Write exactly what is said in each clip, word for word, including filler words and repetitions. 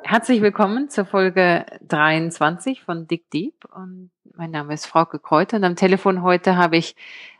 Herzlich willkommen zur Folge dreiundzwanzig von Dig Deep und mein Name ist Frauke Kräuter und am Telefon heute habe ich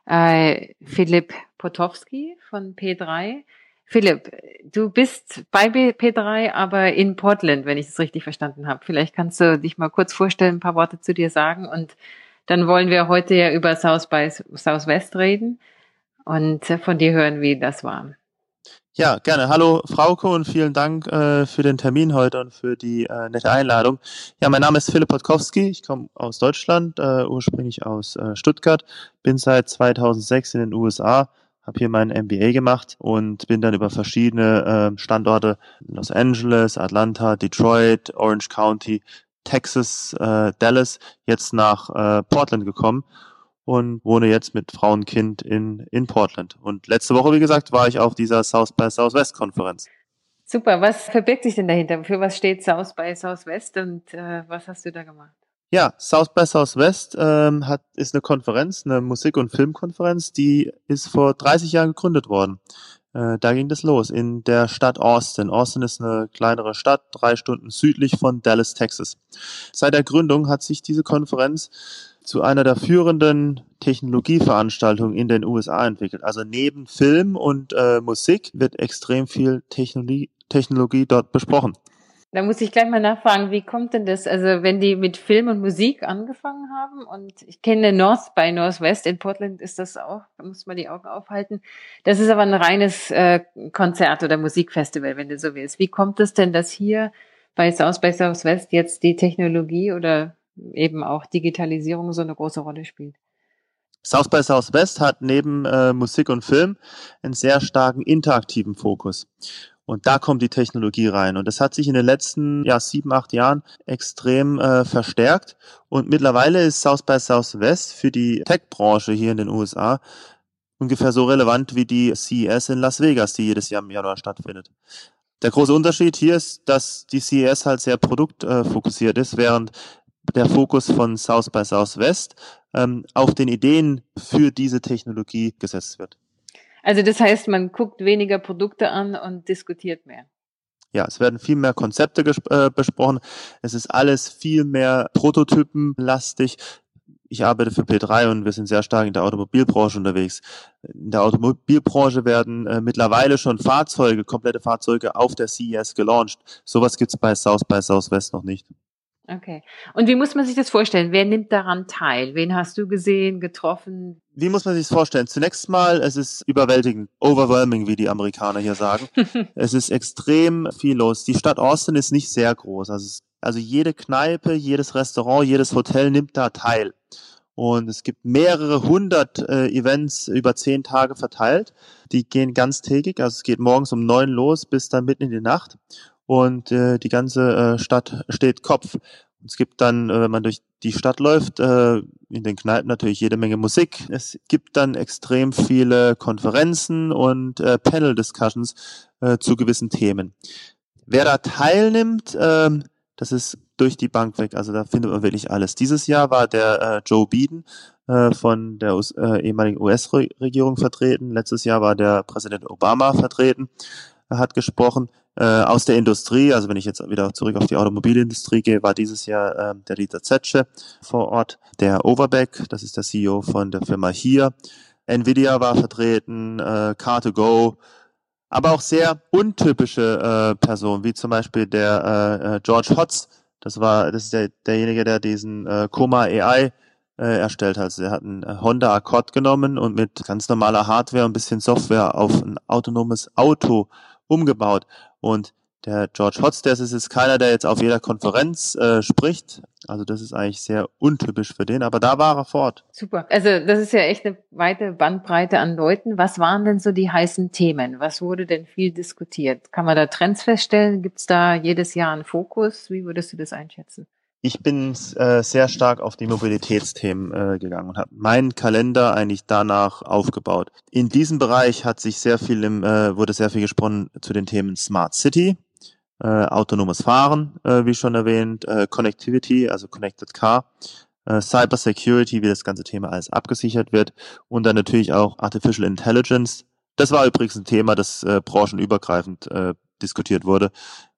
äh, Philipp Potowski von P drei. Philipp, du bist bei P drei, aber in Portland, wenn ich das richtig verstanden habe. Vielleicht kannst du dich mal kurz vorstellen, ein paar Worte zu dir sagen und dann wollen wir heute ja über South by Southwest reden und von dir hören, wie das war. Ja, gerne. Hallo Frauke und vielen Dank äh, für den Termin heute und für die äh, nette Einladung. Ja, mein Name ist Philipp Podkowski, ich komme aus Deutschland, äh, ursprünglich aus äh, Stuttgart, bin seit zweitausendsechs in den U S A, habe hier meinen M B A gemacht und bin dann über verschiedene äh, Standorte, Los Angeles, Atlanta, Detroit, Orange County, Texas, äh, Dallas, jetzt nach äh, Portland gekommen und wohne jetzt mit Frau und Kind in, in Portland. Und letzte Woche, wie gesagt, war ich auf dieser South by Southwest Konferenz. Super, was verbirgt sich denn dahinter? Für was steht South by Southwest und äh, was hast du da gemacht? Ja, South by Southwest ähm, hat, ist eine Konferenz, eine Musik- und Filmkonferenz, die ist vor dreißig Jahren gegründet worden. Äh, da ging das los, in der Stadt Austin. Austin ist eine kleinere Stadt, drei Stunden südlich von Dallas, Texas. Seit der Gründung hat sich diese Konferenz zu einer der führenden Technologieveranstaltungen in den U S A entwickelt. Also neben Film und äh, Musik wird extrem viel Technologie, Technologie dort besprochen. Da muss ich gleich mal nachfragen, wie kommt denn das? Also wenn die mit Film und Musik angefangen haben und ich kenne North by Northwest in Portland ist das auch, da muss man die Augen aufhalten. Das ist aber ein reines äh, Konzert oder Musikfestival, wenn du so willst. Wie kommt es denn, dass hier bei South by Southwest jetzt die Technologie oder eben auch Digitalisierung so eine große Rolle spielt? South by Southwest hat neben äh, Musik und Film einen sehr starken interaktiven Fokus. Und da kommt die Technologie rein. Und das hat sich in den letzten ja, sieben, acht Jahren extrem äh, verstärkt. Und mittlerweile ist South by Southwest für die Tech-Branche hier in den U S A ungefähr so relevant wie die C E S in Las Vegas, die jedes Jahr im Januar stattfindet. Der große Unterschied hier ist, dass die C E S halt sehr produktfokussiert ist, während der Fokus von South by Southwest ähm, auf den Ideen für diese Technologie gesetzt wird. Also das heißt, man guckt weniger Produkte an und diskutiert mehr. Ja, es werden viel mehr Konzepte gesp- äh, besprochen. Es ist alles viel mehr prototypenlastig. Ich arbeite für P drei und wir sind sehr stark in der Automobilbranche unterwegs. In der Automobilbranche werden äh, mittlerweile schon Fahrzeuge, komplette Fahrzeuge auf der C E S gelauncht. Sowas gibt's bei South by Southwest noch nicht. Okay. Und wie muss man sich das vorstellen? Wer nimmt daran teil? Wen hast du gesehen, getroffen? Wie muss man sich das vorstellen? Zunächst mal, es ist überwältigend, overwhelming, wie die Amerikaner hier sagen. Es ist extrem viel los. Die Stadt Austin ist nicht sehr groß. Also, es, also jede Kneipe, jedes Restaurant, jedes Hotel nimmt da teil. Und es gibt mehrere hundert äh, Events über zehn Tage verteilt. Die gehen ganztägig. Also es geht morgens um neun los bis dann mitten in die Nacht. Und äh, die ganze äh, Stadt steht Kopf. Es gibt dann, äh, wenn man durch die Stadt läuft, äh, in den Kneipen natürlich jede Menge Musik. Es gibt dann extrem viele Konferenzen und äh, Panel-Discussions äh, zu gewissen Themen. Wer da teilnimmt, äh, das ist durch die Bank weg. Also da findet man wirklich alles. Dieses Jahr war der äh, Joe Biden äh, von der U S, äh, ehemaligen U S-Regierung vertreten. Letztes Jahr war der Präsident Obama vertreten. Er hat gesprochen. Äh, aus der Industrie, also wenn ich jetzt wieder zurück auf die Automobilindustrie gehe, war dieses Jahr äh, der Dieter Zetsche vor Ort, der Overbeck, das ist der C E O von der Firma hier, Nvidia war vertreten, äh, Car to Go, aber auch sehr untypische äh, Personen, wie zum Beispiel der äh, George Hotz, das war, das ist der, derjenige, der diesen äh, Coma A I äh, erstellt hat. Also er hat einen äh, Honda Accord genommen und mit ganz normaler Hardware und ein bisschen Software auf ein autonomes Auto umgebaut. Und der George Hotz, der ist jetzt keiner, der jetzt auf jeder Konferenz äh, spricht. Also das ist eigentlich sehr untypisch für den, aber da war er vor Ort. Super. Also das ist ja echt eine weite Bandbreite an Leuten. Was waren denn so die heißen Themen? Was wurde denn viel diskutiert? Kann man da Trends feststellen? Gibt es da jedes Jahr einen Fokus? Wie würdest du das einschätzen? Ich bin äh, sehr stark auf die Mobilitätsthemen äh, gegangen und habe meinen Kalender eigentlich danach aufgebaut. In diesem Bereich hat sich sehr viel im, äh, wurde sehr viel gesprochen zu den Themen Smart City, äh, autonomes Fahren, äh, wie schon erwähnt, äh, Connectivity, also Connected Car, äh, Cyber Security, wie das ganze Thema alles abgesichert wird und dann natürlich auch Artificial Intelligence. Das war übrigens ein Thema, das äh, branchenübergreifend äh, diskutiert wurde.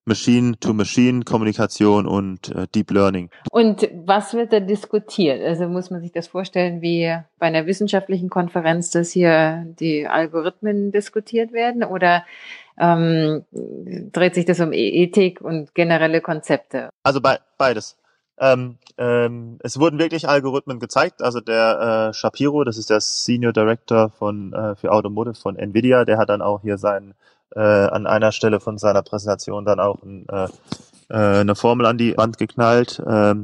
Machine-to-Machine-Kommunikation und äh, Deep Learning. Und was wird da diskutiert? Also muss man sich das vorstellen, wie bei einer wissenschaftlichen Konferenz, dass hier die Algorithmen diskutiert werden, oder ähm, dreht sich das um E- Ethik und generelle Konzepte? Also bei, beides. Ähm, ähm, es wurden wirklich Algorithmen gezeigt. Also der äh, Shapiro, das ist der Senior Director von äh, für Automotive von Nvidia, der hat dann auch hier sein äh, an einer Stelle von seiner Präsentation dann auch ein, äh, äh, eine Formel an die Wand geknallt ähm,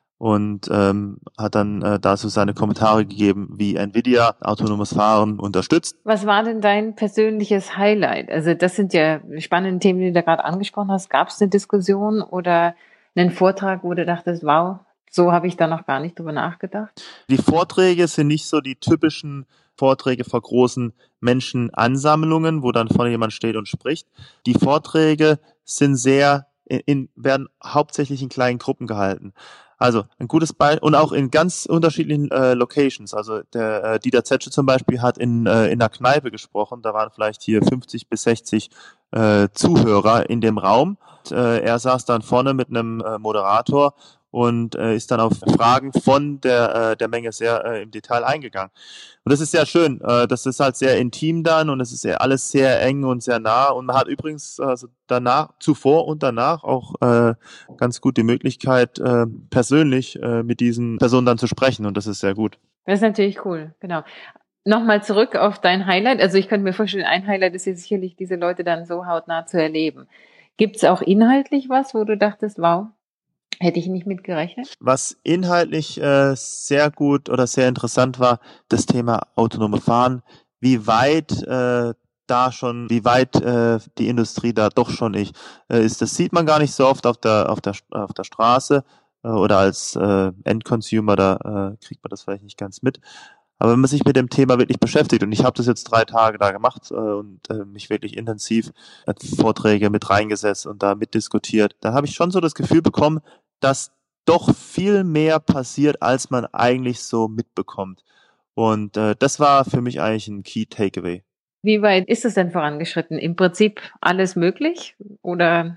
und ähm, hat dann äh, dazu seine Kommentare gegeben, wie Nvidia autonomes Fahren unterstützt. Was war denn dein persönliches Highlight? Also das sind ja spannende Themen, die du da gerade angesprochen hast. Gab es eine Diskussion oder einen Vortrag, wo du dachtest, wow, so habe ich da noch gar nicht drüber nachgedacht? Die Vorträge sind nicht so die typischen Vorträge vor großen Menschenansammlungen, wo dann vorne jemand steht und spricht. Die Vorträge sind sehr, in, in, werden hauptsächlich in kleinen Gruppen gehalten. Also ein gutes Beispiel und auch in ganz unterschiedlichen äh, Locations. Also der äh, Dieter Zetsche zum Beispiel hat in, äh, in einer Kneipe gesprochen. Da waren vielleicht hier fünfzig bis sechzig äh, Zuhörer in dem Raum. Und, äh, er saß dann vorne mit einem äh, Moderator und äh, ist dann auf Fragen von der, äh, der Menge sehr äh, im Detail eingegangen. Und das ist sehr schön. Äh, das ist halt sehr intim dann und es ist ja alles sehr eng und sehr nah. Und man hat übrigens also danach, zuvor und danach auch äh, ganz gut die Möglichkeit, äh, persönlich äh, mit diesen Personen dann zu sprechen. Und das ist sehr gut. Das ist natürlich cool, genau. Nochmal zurück auf dein Highlight. Also ich könnte mir vorstellen, ein Highlight ist ja sicherlich, diese Leute dann so hautnah zu erleben. Gibt es auch inhaltlich was, wo du dachtest, wow, hätte ich nicht mit gerechnet? Was inhaltlich äh, sehr gut oder sehr interessant war, das Thema autonome Fahren. Wie weit äh, da schon, wie weit äh, die Industrie da doch schon ich, äh, ist, das sieht man gar nicht so oft auf der auf der auf der Straße äh, oder als äh, Endconsumer, da äh, kriegt man das vielleicht nicht ganz mit. Aber wenn man sich mit dem Thema wirklich beschäftigt, und ich habe das jetzt drei Tage da gemacht äh, und äh, mich wirklich intensiv äh, Vorträge mit reingesetzt und da mitdiskutiert, dann habe ich schon so das Gefühl bekommen, dass doch viel mehr passiert, als man eigentlich so mitbekommt. Und äh, das war für mich eigentlich ein Key Takeaway. Wie weit ist es denn vorangeschritten? Im Prinzip alles möglich oder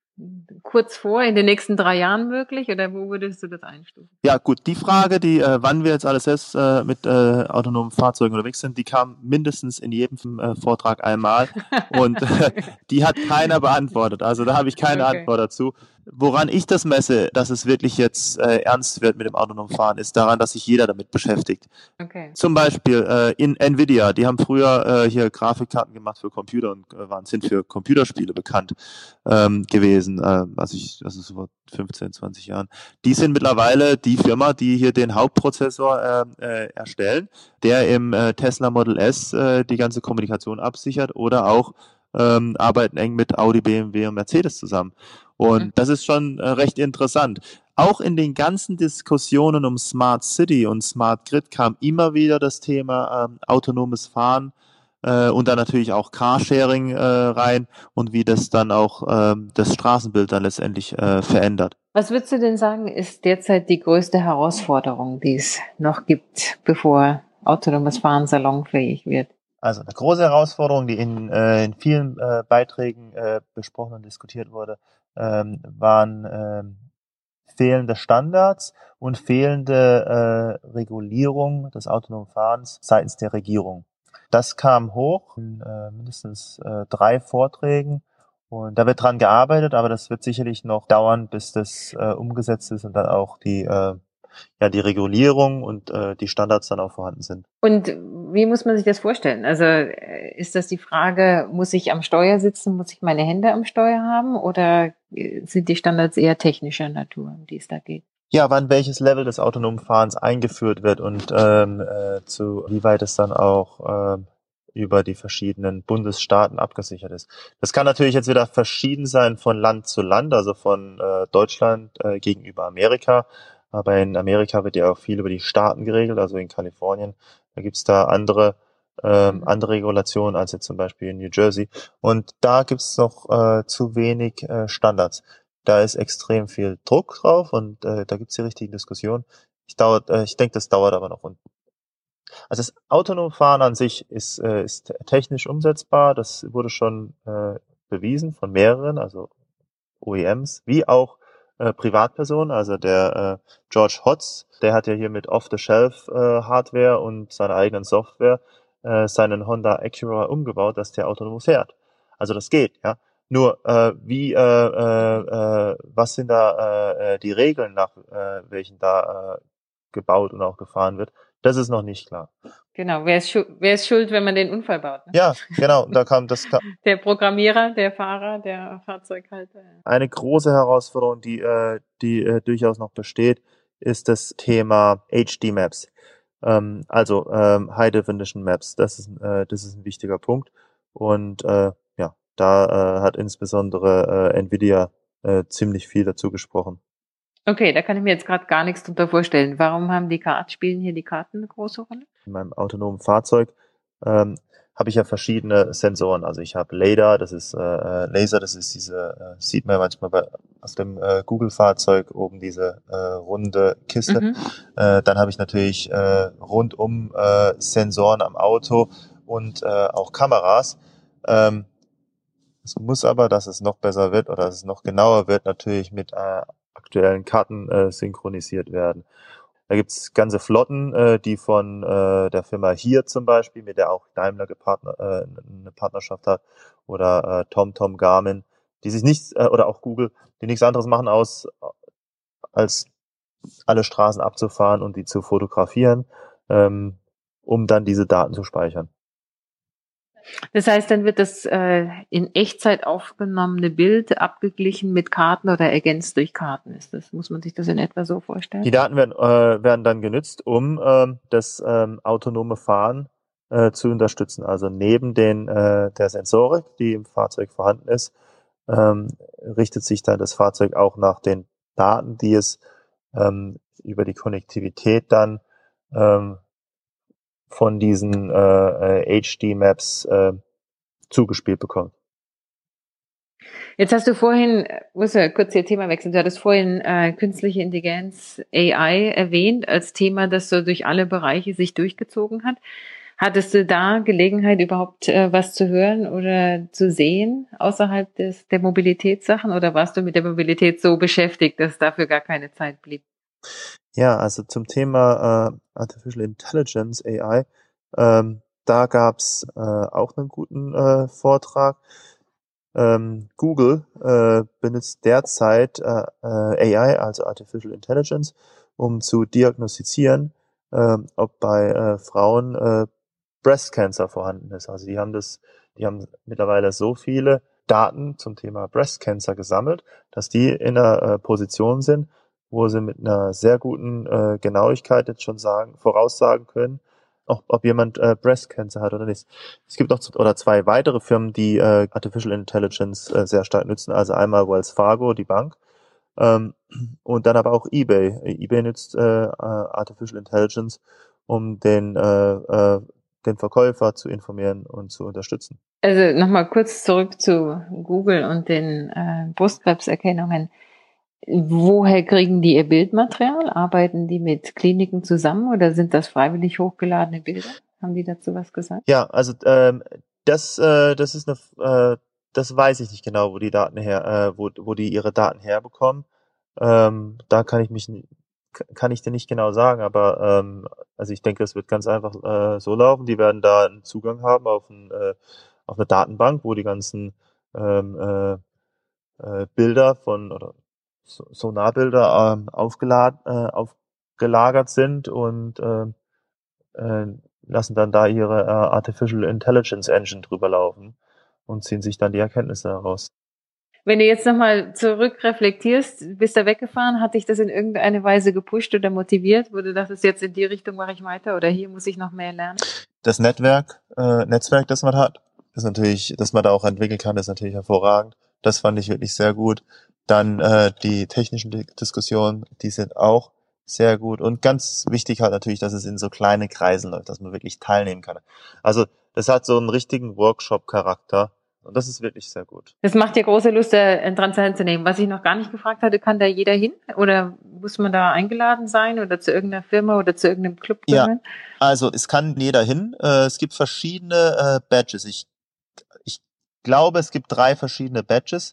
kurz vor, in den nächsten drei Jahren möglich, oder wo würdest du das einstufen? Ja, gut, die Frage, die, äh, wann wir jetzt alles selbst äh, mit äh, autonomen Fahrzeugen unterwegs sind, die kam mindestens in jedem äh, Vortrag einmal und äh, die hat keiner beantwortet. Also da habe ich keine Okay. Antwort dazu. Woran ich das messe, dass es wirklich jetzt äh, ernst wird mit dem autonomen Fahren, ist daran, dass sich jeder damit beschäftigt. Okay. Zum Beispiel äh, in Nvidia, die haben früher äh, hier Grafikkarten gemacht für Computer und äh, waren, sind für Computerspiele bekannt ähm, gewesen, äh, also ich, das ist so vor fünfzehn, zwanzig Jahren. Die sind mittlerweile die Firma, die hier den Hauptprozessor äh, äh, erstellen, der im äh, Tesla Model S äh, die ganze Kommunikation absichert oder auch ähm, arbeiten eng mit Audi, B M W und Mercedes zusammen. Und Mhm. das ist schon äh, recht interessant. Auch in den ganzen Diskussionen um Smart City und Smart Grid kam immer wieder das Thema ähm, autonomes Fahren äh, und dann natürlich auch Carsharing äh, rein und wie das dann auch ähm, das Straßenbild dann letztendlich äh, verändert. Was würdest du denn sagen, ist derzeit die größte Herausforderung, die es noch gibt, bevor autonomes Fahren salonfähig wird? Also eine große Herausforderung, die in, äh, in vielen äh, Beiträgen äh, besprochen und diskutiert wurde, ähm, waren ähm, fehlende Standards und fehlende äh, Regulierung des autonomen Fahrens seitens der Regierung. Das kam hoch in äh, mindestens äh, drei Vorträgen und da wird dran gearbeitet, aber das wird sicherlich noch dauern, bis das äh, umgesetzt ist und dann auch die äh, ja die Regulierung und äh, die Standards dann auch vorhanden sind. Und wie muss man sich das vorstellen? Also äh, ist das die Frage, muss ich am Steuer sitzen, muss ich meine Hände am Steuer haben, oder äh, sind die Standards eher technischer Natur, um die es da geht? Ja, wann welches Level des autonomen Fahrens eingeführt wird und ähm, äh, zu wie weit es dann auch ähm, über die verschiedenen Bundesstaaten abgesichert ist. Das kann natürlich jetzt wieder verschieden sein von Land zu Land, also von äh, Deutschland äh, gegenüber Amerika. Aber in Amerika wird ja auch viel über die Staaten geregelt, also in Kalifornien. Da gibt's da andere ähm, Mhm. andere Regulationen als jetzt zum Beispiel in New Jersey. Und da gibt's noch äh, zu wenig äh, Standards. Da ist extrem viel Druck drauf und äh, da gibt's die richtigen Diskussionen. Ich, dauert, äh, ich denke, das dauert aber noch. Und also das autonome Fahren an sich ist, äh, ist technisch umsetzbar. Das wurde schon äh, bewiesen von mehreren. Also O E Ms, wie auch äh, Privatpersonen. Also der äh, George Hotz, der hat ja hier mit Off-the-Shelf-Hardware äh, und seiner eigenen Software äh, seinen Honda Acura umgebaut, dass der autonom fährt. Also das geht, ja. Nur äh, wie, äh, äh, äh, was sind da äh, die Regeln, nach äh, welchen da äh, gebaut und auch gefahren wird? Das ist noch nicht klar. Genau, wer ist, schuld, wer ist schuld, wenn man den Unfall baut? Ne? Ja, genau, da kam das kam der Programmierer, der Fahrer, der Fahrzeughalter. Eine große Herausforderung, die äh, die äh, durchaus noch besteht, ist das Thema H D Maps. Ähm, also ähm, High Definition Maps. Das ist äh, das ist ein wichtiger Punkt und äh, ja, da äh, hat insbesondere äh, Nvidia äh, ziemlich viel dazu gesprochen. Okay, da kann ich mir jetzt gerade gar nichts drunter vorstellen. Warum haben die Karten, spielen hier die Karten eine große Rolle? In meinem autonomen Fahrzeug ähm, habe ich ja verschiedene Sensoren. Also ich habe LiDAR, das ist äh, Laser, das ist diese, äh, sieht man manchmal bei, auf dem äh, Google-Fahrzeug oben diese äh, runde Kiste. Mhm. Äh, dann habe ich natürlich äh, rundum äh, Sensoren am Auto und äh, auch Kameras. Ähm, es muss aber, dass es noch besser wird oder dass es noch genauer wird, natürlich mit äh, aktuellen Karten äh, synchronisiert werden. Da gibt's ganze Flotten, äh, die von äh, der Firma Hier zum Beispiel, mit der auch Daimler gepartner, äh, eine Partnerschaft hat, oder äh, TomTom, Garmin, die sich nichts, äh, oder auch Google, die nichts anderes machen, aus als alle Straßen abzufahren und die zu fotografieren, ähm, um dann diese Daten zu speichern. Das heißt, dann wird das äh, in Echtzeit aufgenommene Bild abgeglichen mit Karten oder ergänzt durch Karten. Ist das, muss man sich das in etwa so vorstellen? Die Daten werden, äh, werden dann genutzt, um ähm, das ähm, autonome Fahren äh, zu unterstützen. Also neben den äh, der Sensorik, die im Fahrzeug vorhanden ist, ähm, richtet sich dann das Fahrzeug auch nach den Daten, die es ähm, über die Konnektivität dann ähm, von diesen äh, H D-Maps äh, zugespielt bekommt. Jetzt hast du vorhin, muss ja kurz ihr Thema wechseln, du hattest vorhin äh, künstliche Intelligenz, A I, erwähnt als Thema, das so durch alle Bereiche sich durchgezogen hat. Hattest du da Gelegenheit, überhaupt äh, was zu hören oder zu sehen außerhalb des, der Mobilitätssachen, oder warst du mit der Mobilität so beschäftigt, dass dafür gar keine Zeit blieb? Ja, also zum Thema äh, Artificial Intelligence, A I, ähm, da gab's äh, auch einen guten äh, Vortrag. Ähm, Google äh, benutzt derzeit äh, A I, also Artificial Intelligence, um zu diagnostizieren, äh, ob bei äh, Frauen äh, Breast Cancer vorhanden ist. Also die haben das, die haben mittlerweile so viele Daten zum Thema Breast Cancer gesammelt, dass die in einer äh, Position sind, wo sie mit einer sehr guten äh, Genauigkeit jetzt schon sagen, voraussagen können, ob, ob jemand äh, Breast Cancer hat oder nicht. Es gibt noch z- oder zwei weitere Firmen, die äh, Artificial Intelligence äh, sehr stark nutzen. Also einmal Wells Fargo, die Bank, ähm, und dann aber auch eBay. eBay nutzt äh, Artificial Intelligence, um den äh, äh, den Verkäufer zu informieren und zu unterstützen. Also nochmal kurz zurück zu Google und den äh, Brustkrebserkennungen. Woher kriegen die ihr Bildmaterial? Arbeiten die mit Kliniken zusammen oder sind das freiwillig hochgeladene Bilder? Haben die dazu was gesagt? Ja, also ähm, das äh, das ist eine äh, das weiß ich nicht genau, wo die Daten her äh, wo wo die ihre Daten herbekommen. Ähm, da kann ich mich kann ich dir nicht genau sagen, aber ähm, also ich denke, es wird ganz einfach äh, so laufen. Die werden da einen Zugang haben auf ein, äh, auf eine Datenbank, wo die ganzen ähm, äh, äh, Bilder von oder so- Sonarbilder ähm, aufgeladen, äh, aufgelagert sind und äh, äh, lassen dann da ihre äh, Artificial Intelligence Engine drüber laufen und ziehen sich dann die Erkenntnisse heraus. Wenn du jetzt nochmal zurückreflektierst, bist da weggefahren, hat dich das in irgendeine Weise gepusht oder motiviert, wo du dachtest, jetzt in die Richtung mache ich weiter oder hier muss ich noch mehr lernen? Das Netzwerk, äh, Netzwerk, das man hat, ist natürlich, dass man da auch entwickeln kann, ist natürlich hervorragend. Das fand ich wirklich sehr gut. Dann äh, die technischen Diskussionen, die sind auch sehr gut. Und ganz wichtig halt natürlich, dass es in so kleine Kreisen läuft, dass man wirklich teilnehmen kann. Also das hat so einen richtigen Workshop-Charakter. Und das ist wirklich sehr gut. Das macht dir große Lust, daran teilzunehmen. Was ich noch gar nicht gefragt hatte, kann da jeder hin? Oder muss man da eingeladen sein oder zu irgendeiner Firma oder zu irgendeinem Club gehören? Ja, also es kann jeder hin. Äh, es gibt verschiedene äh, Badges. Ich, ich glaube, es gibt drei verschiedene Badges.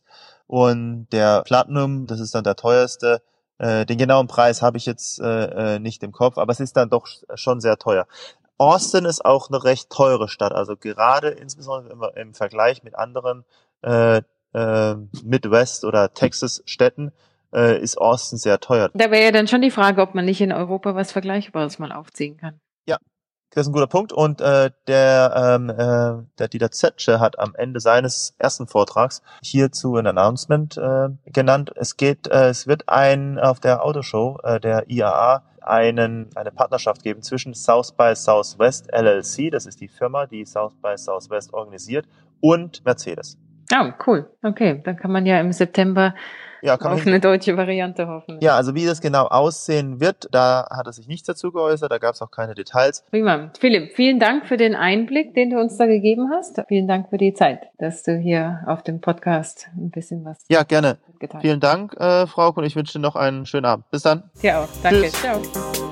Und der Platinum, das ist dann der teuerste. Äh, den genauen Preis habe ich jetzt äh, äh, nicht im Kopf, aber es ist dann doch schon sehr teuer. Austin ist auch eine recht teure Stadt, also gerade insbesondere im, im Vergleich mit anderen äh, äh, Midwest- oder Texas-Städten äh, ist Austin sehr teuer. Da wäre ja dann schon die Frage, ob man nicht in Europa was Vergleichbares mal aufziehen kann. Ja, das ist ein guter Punkt. Und äh, der, ähm, äh, der Dieter Zetsche hat am Ende seines ersten Vortrags hierzu ein Announcement äh, genannt. Es geht, äh, es wird ein auf der Autoshow äh, der I A A einen eine Partnerschaft geben zwischen South by Southwest L L C, das ist die Firma, die South by Southwest organisiert, und Mercedes. Oh, cool. Okay, dann kann man ja im September Ja, kann man auf eine deutsche Variante hoffen. Ja, also wie das genau aussehen wird, da hat er sich nichts dazu geäußert, da gab es auch keine Details. Prima. Philipp, vielen Dank für den Einblick, den du uns da gegeben hast. Vielen Dank für die Zeit, dass du hier auf dem Podcast ein bisschen was Ja, gerne. geteilt hast. Vielen Dank, äh, Frau, und ich wünsche dir noch einen schönen Abend. Bis dann. Dir auch. Danke. Tschüss. Ciao.